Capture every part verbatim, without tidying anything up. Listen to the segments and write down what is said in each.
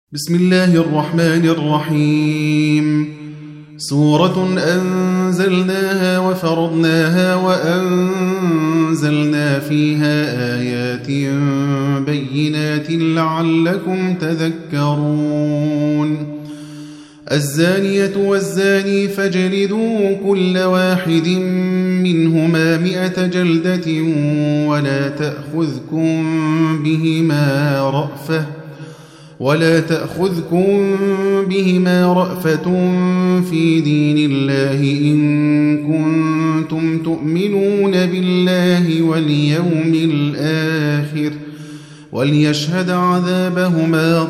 بسم الله الرحمن الرحيم. سورة أنزلناها وفرضناها وأنزلنا فيها آيات بينات لعلكم تذكرون. الزانية والزاني فاجلدوا كل واحد منهما مئة جلدة ولا تأخذكم بهما رأفة ولا تأخذكم بهما رأفة في دين الله إن كنتم تؤمنون بالله واليوم الآخر وليشهد عذابهما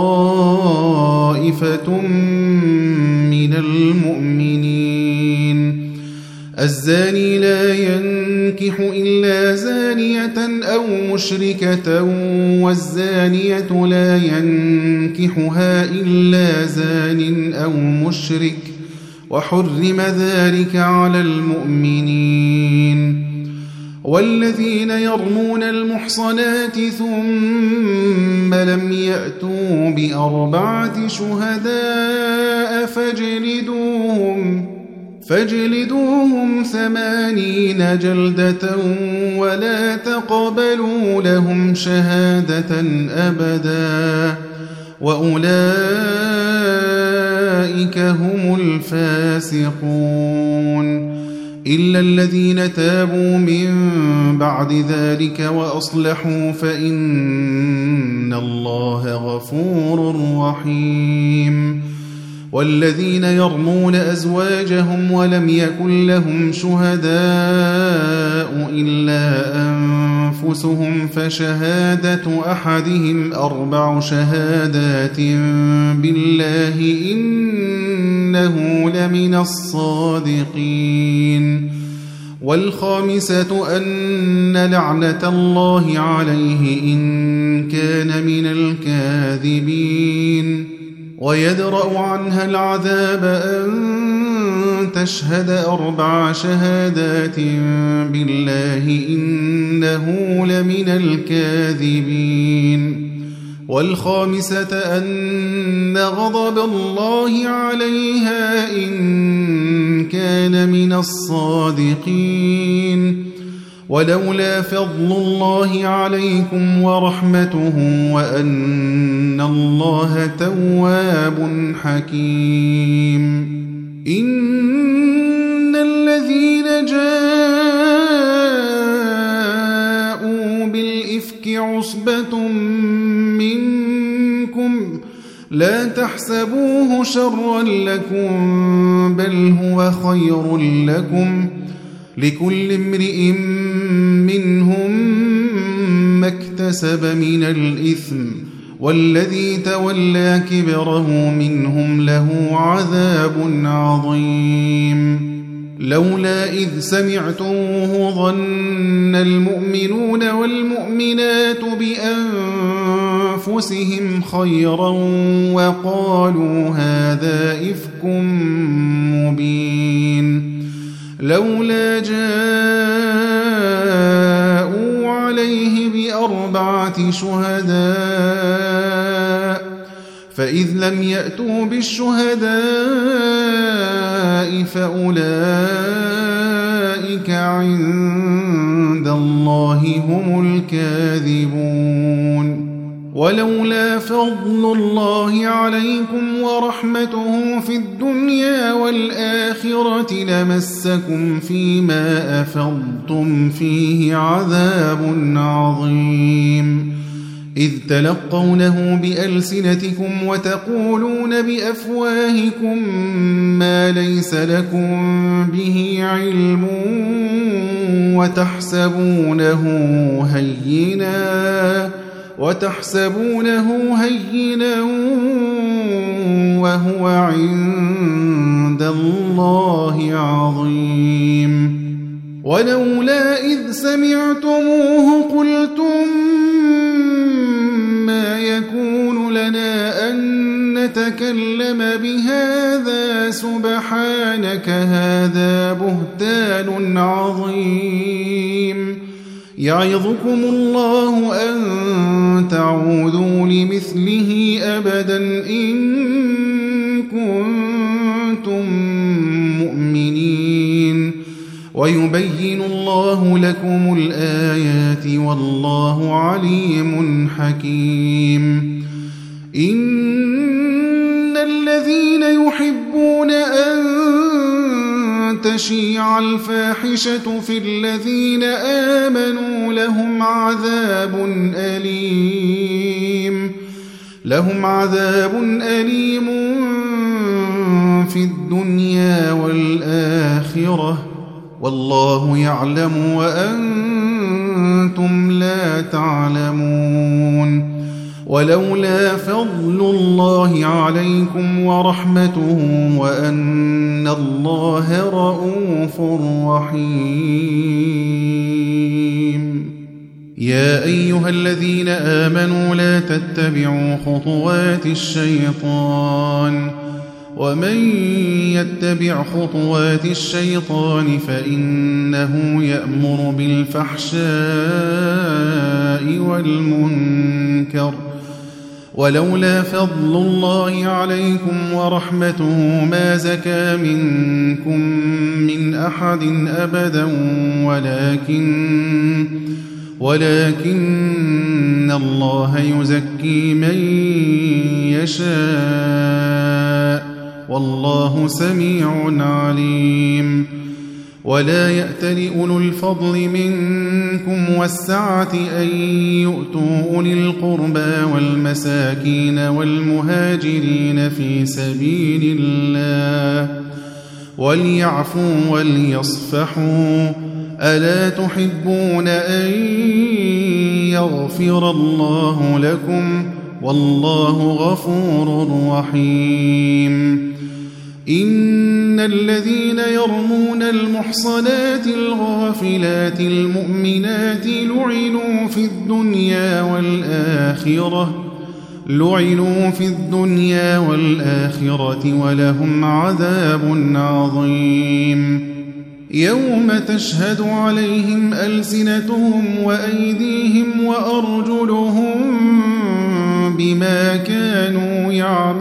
طائفة من المؤمنين. الزاني لا ينكح إلا زانية أو مشركة والزانية لا ينكحها إلا زان أو مشرك وحرم ذلك على المؤمنين. والذين يرمون المحصنات ثم لم يأتوا بأربعة شهداء فاجلدوهم فاجلدوهم ثمانين جلدة ولا تقبلوا لهم شهادة أبدا وأولئك هم الفاسقون. إلا الذين تابوا من بعد ذلك وأصلحوا فإن الله غفور رحيم. والذين يرمون أزواجهم ولم يكن لهم شهداء إلا أنفسهم فشهادة أحدهم أربع شهادات بالله إنه لمن الصادقين. والخامسة أن لعنة الله عليه إن كان من الكاذبين. ويدرأ عنها العذاب أن تشهد أربع شهادات بالله إنه لمن الكاذبين. والخامسة أن غضب الله عليها إن كان من الصادقين. ولولا فضل الله عليكم ورحمته وأن الله تواب حكيم. إن الذين جاءوا بالإفك عصبة منكم لا تحسبوه شرا لكم بل هو خير لكم لكل امرئ منهم ما اكتسب من الإثم والذي تولى كبره منهم له عذاب عظيم. لولا إذ سمعتموه ظن المؤمنون والمؤمنات بأنفسهم خيرا وقالوا هذا إفك مبين. لولا جاءوا عليه بأربعة شهداء فإذ لم يأتوا بالشهداء فأولئك عند الله هم الكاذبون. ولولا فضل الله عليكم ورحمته في الدنيا والآخرة لمسكم فيما أفضتم فيه عذاب عظيم. إذ تلقونه بألسنتكم وتقولون بأفواهكم ما ليس لكم به علم وتحسبونه هينا وتحسبونه هينا وهو عند الله عظيم. ولولا إذ سمعتموه قلتم ما يكون لنا أن نتكلم بهذا سبحانك هذا بهتان عظيم. يعظكم الله أن تعودوا لمثله أبدا ويبين الله لكم الآيات والله عليم حكيم. إن الذين يحبون أن تشيع الفاحشة في الذين آمنوا لهم عذاب أليم لهم عذاب أليم في الدنيا والآخرة والله يعلم وأنتم لا تعلمون. ولولا فضل الله عليكم ورحمته وأن الله رؤوف رحيم. يا أيها الذين آمنوا لا تتبعوا خطوات الشيطان ومن يتبع خطوات الشيطان فإنه يأمر بالفحشاء والمنكر ولولا فضل الله عليكم ورحمته ما زكى منكم من أحد أبدا ولكن ولكن الله يزكي من يشاء والله سميع عليم. ولا يأتل أولو الفضل منكم والسعة أن يؤتوا أولي القربى والمساكين والمهاجرين في سبيل الله وليعفوا وليصفحوا ألا تحبون أن يغفر الله لكم والله غفور رحيم. إن الذين يرمون المحصنات الغافلات المؤمنات لعنوا في الدنيا والآخرة لعنوا في الدنيا والآخرة ولهم عذاب عظيم. يوم تشهد عليهم ألسنتهم وأيديهم وأرجلهم بما كانوا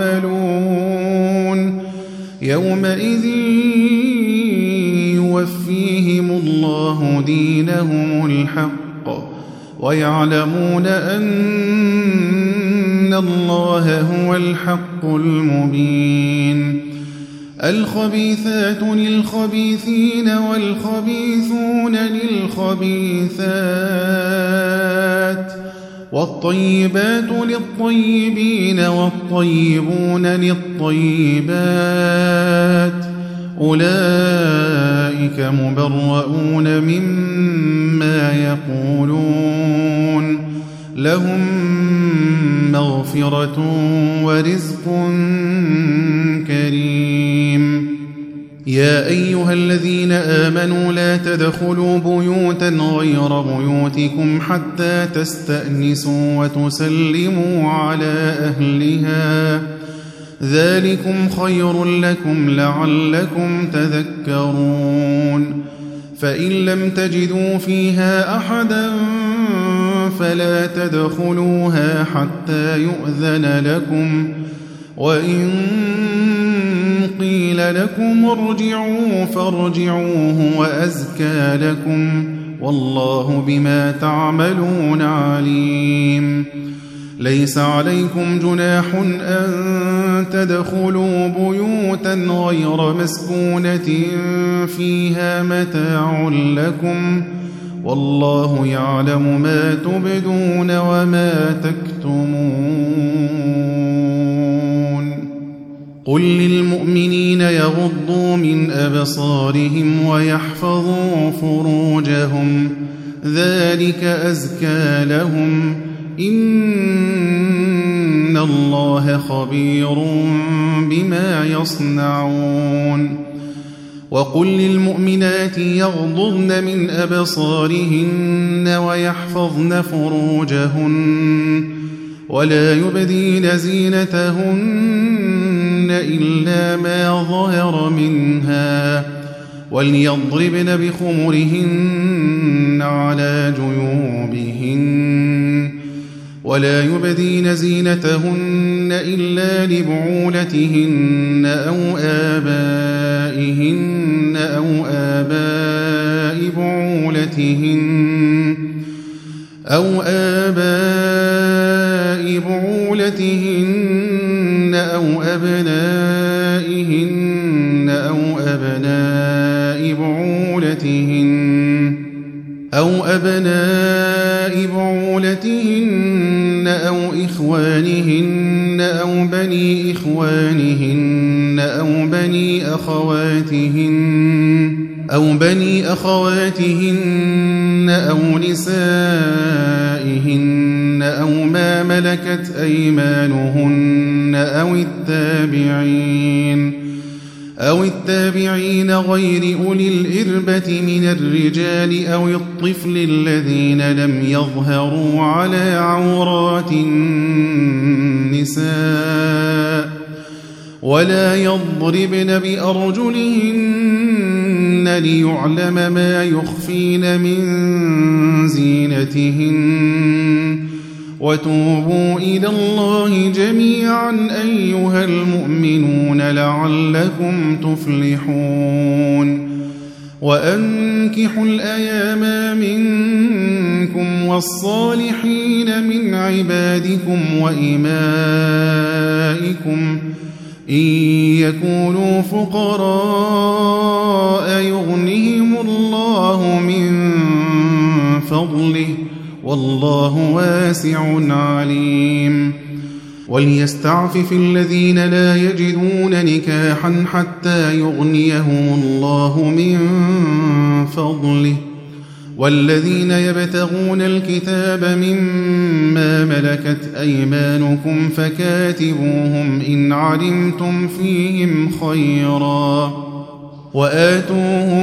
يعملون يومئذ يوفيهم الله دينهم الحق ويعلمون أن الله هو الحق المبين. الخبيثات للخبيثين والخبيثون للخبيثات والطيبات للطيبين والطيبون للطيبات أولئك مبرؤون مما يقولون لهم مغفرة ورزق كريم. يا أيها الذين آمنوا لا تدخلوا بيوتا غير بيوتكم حتى تستأنسوا وتسلموا على أهلها ذلكم خير لكم لعلكم تذكرون. فإن لم تجدوا فيها أحدا فلا تدخلوها حتى يؤذن لكم وإن قيل لكم ارجعوا فارجعوه وأزكى لكم والله بما تعملون عليم. ليس عليكم جناح أن تدخلوا بيوتا غير مسكونة فيها متاع لكم والله يعلم ما تبدون وما تكتمون. قل للمؤمنين يغضوا من أبصارهم ويحفظوا فروجهم ذلك أزكى لهم إن الله خبير بما يصنعون. وقل للمؤمنات يغضضن من أبصارهن ويحفظن فروجهن ولا يبدين زينتهن إلا ما ظهر منها وليضربن بخمرهن على جيوبهن ولا يبدين زينتهن إلا لبعولتهن أو آبائهن أو آباء بعولتهن أو آباء بعولتهن أو أبنائهن أو أبناء بعولتهن أو أبناء بعولتهن أو إخوانهن أو بني إخوانهن أو بني أخواتهن أو بني أخواتهن أو نسائهن أو ما ملكت أيمانهن أو التابعين أو التابعين غير أولي الإربة من الرجال أو الطفل الذين لم يظهروا على عورات النساء ولا يضربن بأرجلهن ليعلم ما يخفين من زينتهن وتوبوا إلى الله جميعا أيها المؤمنون لعلكم تفلحون وأنكحوا الأيام منكم والصالحين من عبادكم وإمائكم إن يكونوا فقراء يغنهم الله من فضله والله واسع عليم وليستعفف الذين لا يجدون نكاحا حتى يغنيهم الله من فضله والذين يبتغون الكتاب مما ملكت أيمانكم فكاتبوهم إن علمتم فيهم خيرا وآتوهم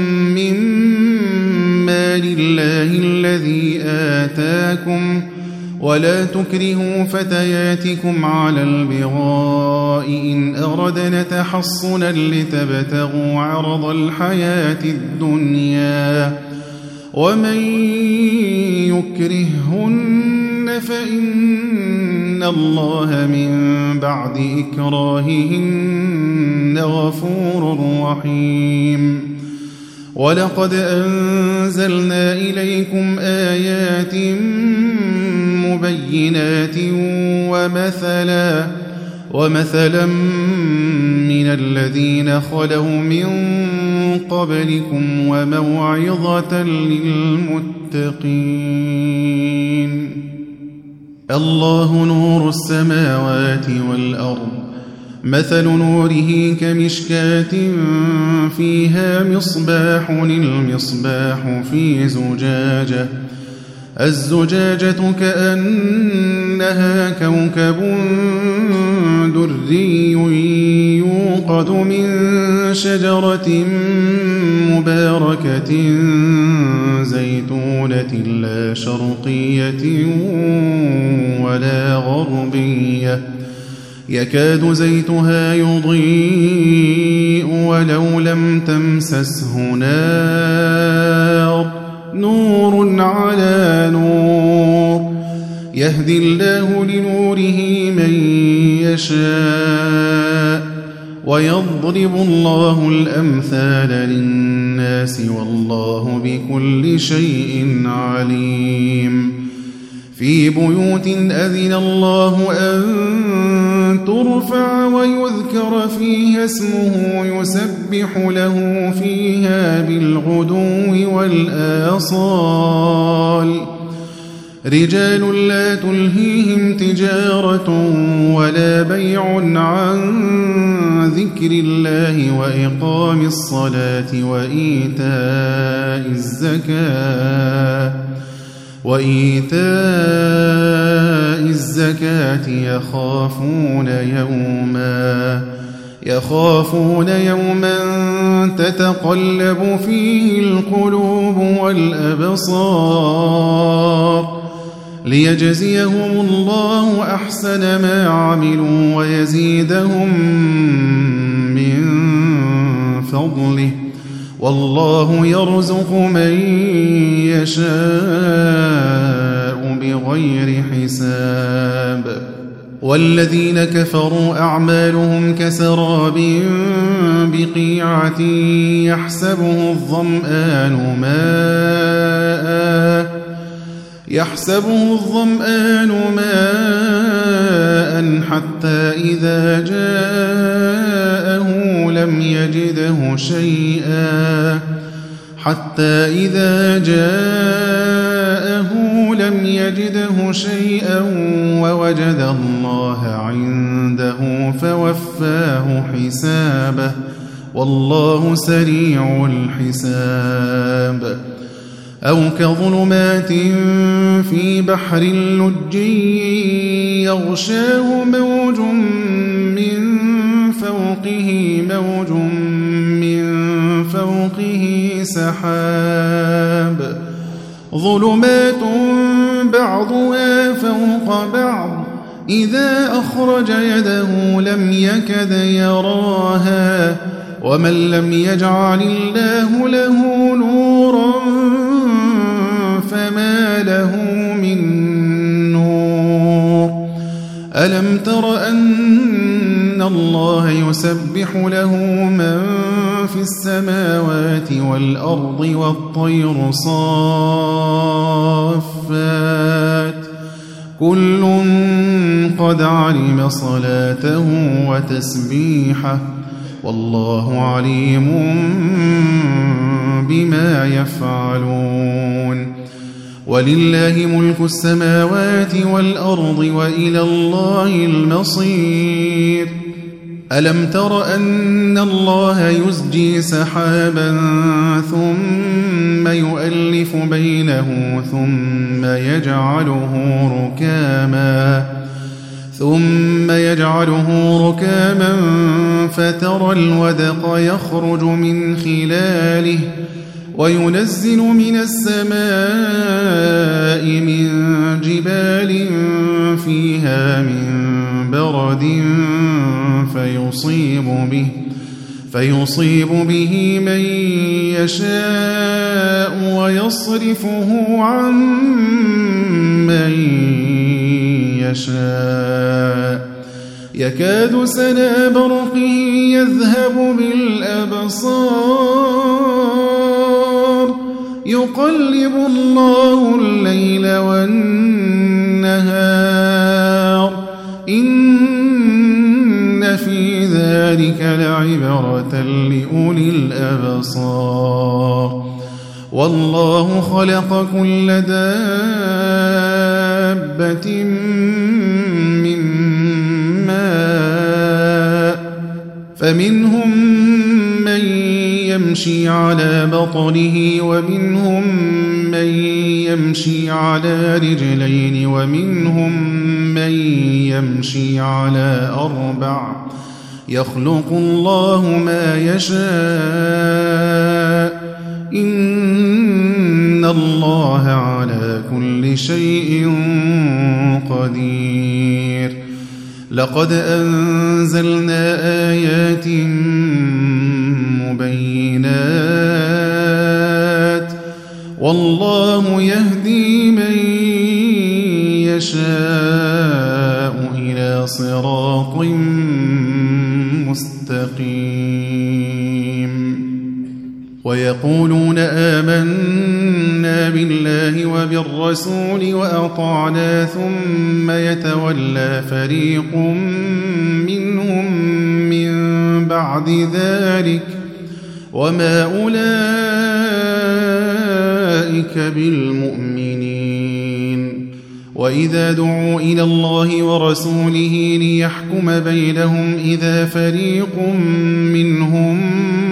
مما لله الذي آتاكم ولا تكرهوا فتياتكم على البغاء إن أردنا تحصنا لتبتغوا عرض الحياة الدنيا ومن يكرههن فإن الله من بعد إكراههن غفور رحيم ولقد أنزلنا إليكم آيات مبينات ومثلا ومثلا من الذين خلوا من قبلكم وموعظة للمتقين الله نور السماوات والأرض مثل نوره كمشكاة فيها مصباح المصباح في زجاجة الزجاجة كأنها كوكب دري يوقد من شجرة مباركة زيتونة لا شرقية ولا غربية يكاد زيتها يضيء ولو لم تمسسه نار نور على نور يهدي الله لنوره من يشاء ويضرب الله الأمثال للناس والله بكل شيء عليم في بيوت أذن الله أن ترفع ويذكر فيها اسمه يسبح له فيها بالغدو والآصال رجال لا تلهيهم تجارة ولا بيع عن ذكر الله وإقام الصلاة وإيتاء الزكاة وإيتاء الزكاة يخافون يوما يخافون يوما تتقلب فيه القلوب والأبصار ليجزيهم الله أحسن ما عملوا ويزيدهم من فضله والله يرزق من يشاء السماء بغير حساب. والذين كفروا أعمالهم كسراب بقيعة يحسبه الظمآن ماء يحسبه الظمآن ماء حتى إذا جاءه لم يجده شيئا حتى إذا جاءه لم يجده شيئا ووجد الله عنده فوفاه حسابه والله سريع الحساب. أو كظلمات في بحر لجي يغشاه موج من فوقه موج من فوقه سحاب ظلمات بعضها فوق بعض إذا أخرج يده لم يكد يراها ومن لم يجعل الله له نورا فما له من نور. ألم تر أن الله يسبح له من في السماوات والأرض والطير صافات كل قد علم صلاته وتسبيحه والله عليم بما يفعلون. ولله ملك السماوات والأرض وإلى الله المصير. ألم تر أن الله يزجي سحابا ثم يؤلف بينه ثم يجعله ركاما ثم يجعله ركاما فترى الودق يخرج من خلاله وينزل من السماء من جبال فيها من برد فيصيب به فيصيب به من يشاء ويصرفه عن من يشاء يكاد سنا برقه يذهب بالأبصار يقلب الله الليل والنهار إن في ذلك لعبرة لأولي الأبصار. والله خلق كل دابة من ماء فمنهم من يمشي على بطنه ومنهم من يمشي على رجلين ومنهم من يمشي على أربع يخلق الله ما يشاء إن الله على كل شيء قدير. لقد أنزلنا آيات مبينات والله يهدي من يشاء إلى صراط مستقيم. ويقولون آمنا بالله وبالرسول وأطعنا ثم يتولى فريق منهم من بعد ذلك وما أولئك بالمؤمنين. وإذا دعوا إلى الله ورسوله ليحكم بينهم إذا فريق منهم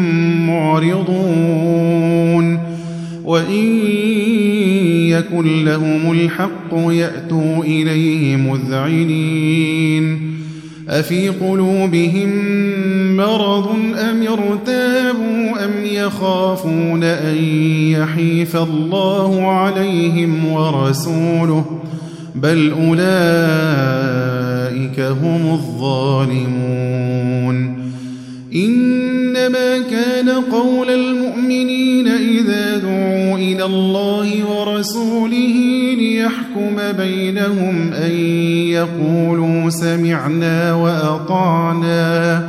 معرضون وإن يكن لهم الحق يأتوا إليه مذعنين. أفي قلوبهم مرض أم ارتابوا أم يخافون أن يحيف الله عليهم ورسوله بل أولئك هم الظالمون. إنما كان قول المؤمنين إذا دعوا إلى الله ورسوله ليحكم ليحكم بينهم أن يقولوا سمعنا وأطعنا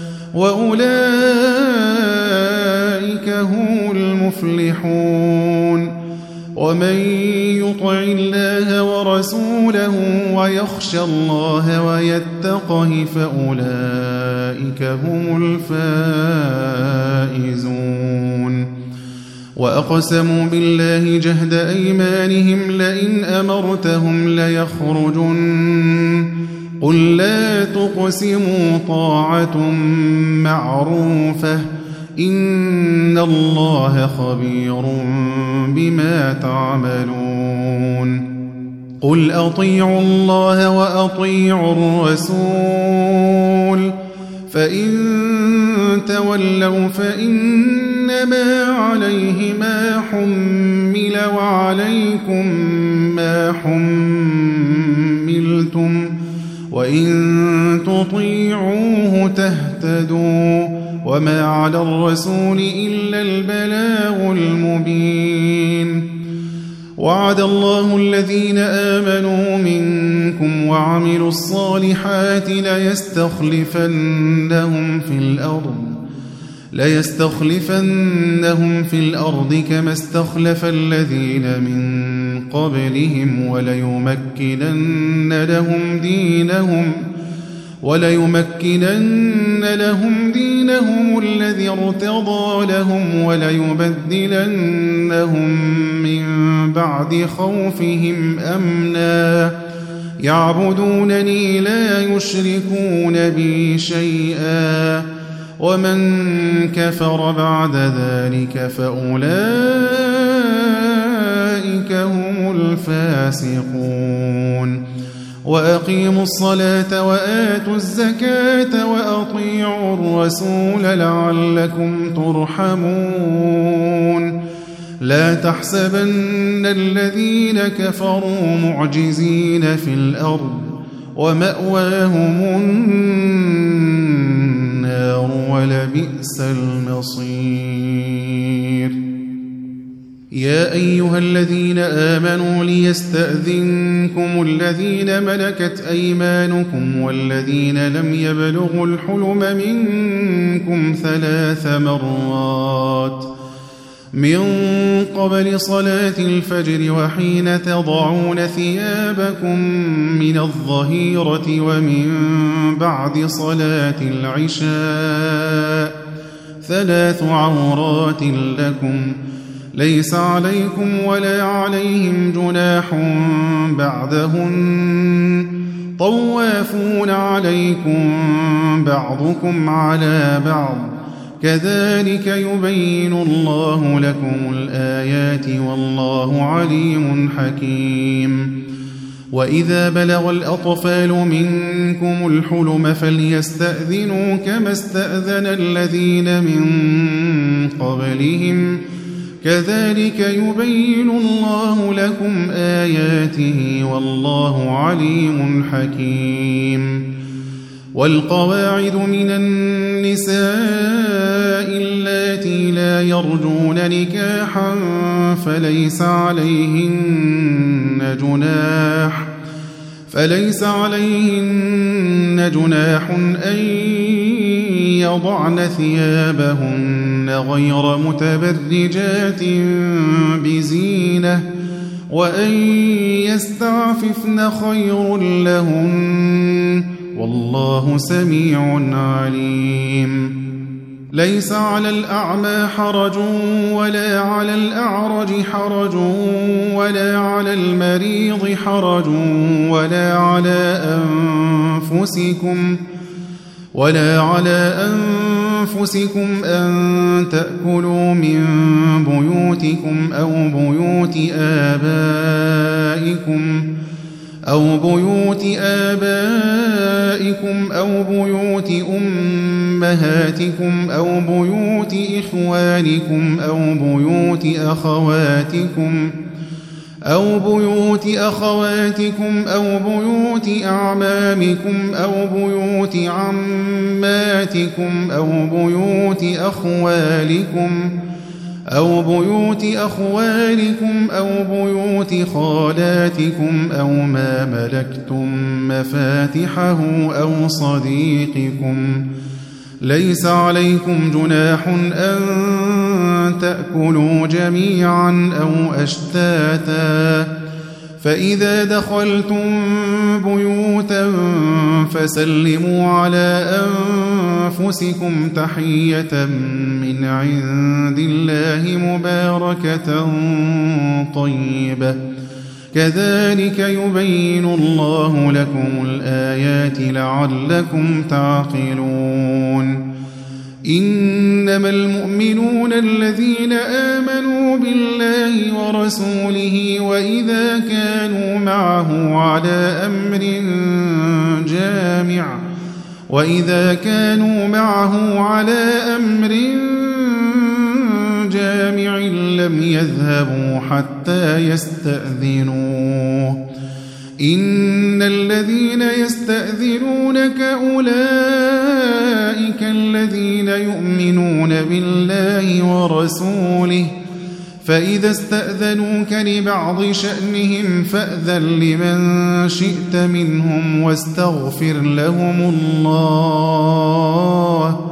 وأولئك هم المفلحون ومن يطع الله ورسوله ويخشى الله ويتقه فأولئك هم الفائزون وأقسموا بالله جهد أيمانهم لئن أمرتهم ليخرجن قل لا تقسموا طاعة معروفة إن الله خبير بما تعملون قل أطيعوا الله وأطيعوا الرسول فإن تولوا فإنما عليه ما حمل وعليكم ما حملتم وإن تطيعوه تهتدوا وما على الرسول إلا البلاغ المبين وعد الله الذين آمنوا منكم وعملوا الصالحات ليستخلفنهم في الأرض ليستخلفنهم في الأرض كما استخلف الذين من قبلهم وليمكنن لهم دينهم وليمكنن لهم دينهم الذي ارتضى لهم وليبدلنهم من بعد خوفهم أمنا يعبدونني لا يشركون بي شيئا ومن كفر بعد ذلك فأولئك هم الفاسقون وأقيموا الصلاة وآتوا الزكاة وأطيعوا الرسول لعلكم ترحمون لا تحسبن الذين كفروا معجزين في الأرض ومأواهم النار ولبئس المصير يا أيها الذين آمنوا ليستأذنكم الذين ملكت أيمانكم والذين لم يبلغوا الحلم منكم ثلاث مرات من قبل صلاة الفجر وحين تضعون ثيابكم من الظهيرة ومن بعد صلاة العشاء ثلاث عورات لكم ليس عليكم ولا عليهم جناح بعدهن طوافون عليكم بعضكم على بعض كذلك يبين الله لكم الآيات والله عليم حكيم وإذا بلغ الأطفال منكم الحلم فليستأذنوا كما استأذن الذين من قبلهم كذلك يبين الله لكم آياته والله عليم حكيم والقواعد من النساء اللاتي لا يرجون نكاحا فليس عليهن جناح فليس عليهن جناح أن يضعن ثيابهن غير متبرجات بزينة وأن يستعففن خير لهن والله سميع عليم ليس على الأعمى حرج ولا على الأعرج حرج ولا على المريض حرج ولا على أنفسكم ولا على أنفسكم أن تأكلوا من بيوتكم أو بيوت آبائكم أو بيوت آبائكم أو بيوت أمهاتكم أو بيوت إخوانكم أو بيوت أخواتكم أو بيوت أخواتكم أو بيوت أعمامكم أو بيوت عماتكم أو بيوت أخوالكم أو بيوت أخوالكم أو بيوت خالاتكم أو ما ملكتم مفاتحه أو صديقكم. ليس عليكم جناح أن تأكلوا جميعا أو أشتاتا، فإذا دخلتم بيوتا فسلموا على أنفسكم تحية من عند الله مباركة طيبة، كذلك يبين الله لكم الآيات لعلكم تعقلون. إنما المؤمنون الذين آمنوا بالله ورسوله وإذا كانوا معه على أمر جامع وإذا كانوا معه على أمر جامع لم يذهبوا حتى يستأذنوه. إن الذين يستأذنونك أولئك الذين يؤمنون بالله ورسوله، فإذا استأذنوك لبعض شأنهم فأذن لمن شئت منهم واستغفر لهم الله،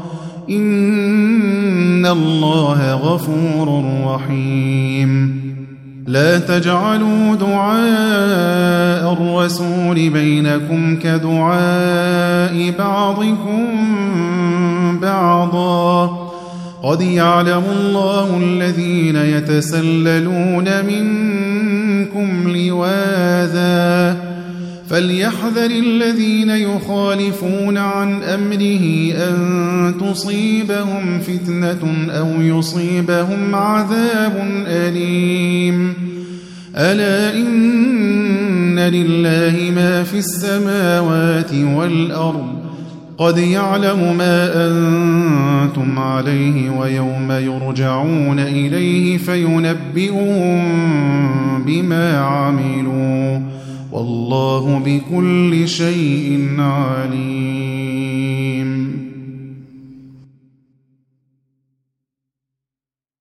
إن الله غفور رحيم. لا تجعلوا دعاء الرسول بينكم كدعاء بعضكم بعضا، قد يعلم الله الذين يتسللون منكم لواذا، فليحذر الذين يخالفون عن أمره أن تصيبهم فتنة أو يصيبهم عذاب أليم. ألا إن لله ما في السماوات والأرض، قد يعلم ما أنتم عليه ويوم يرجعون إليه فينبئهم بما عملوا، والله بكل شيء عليم.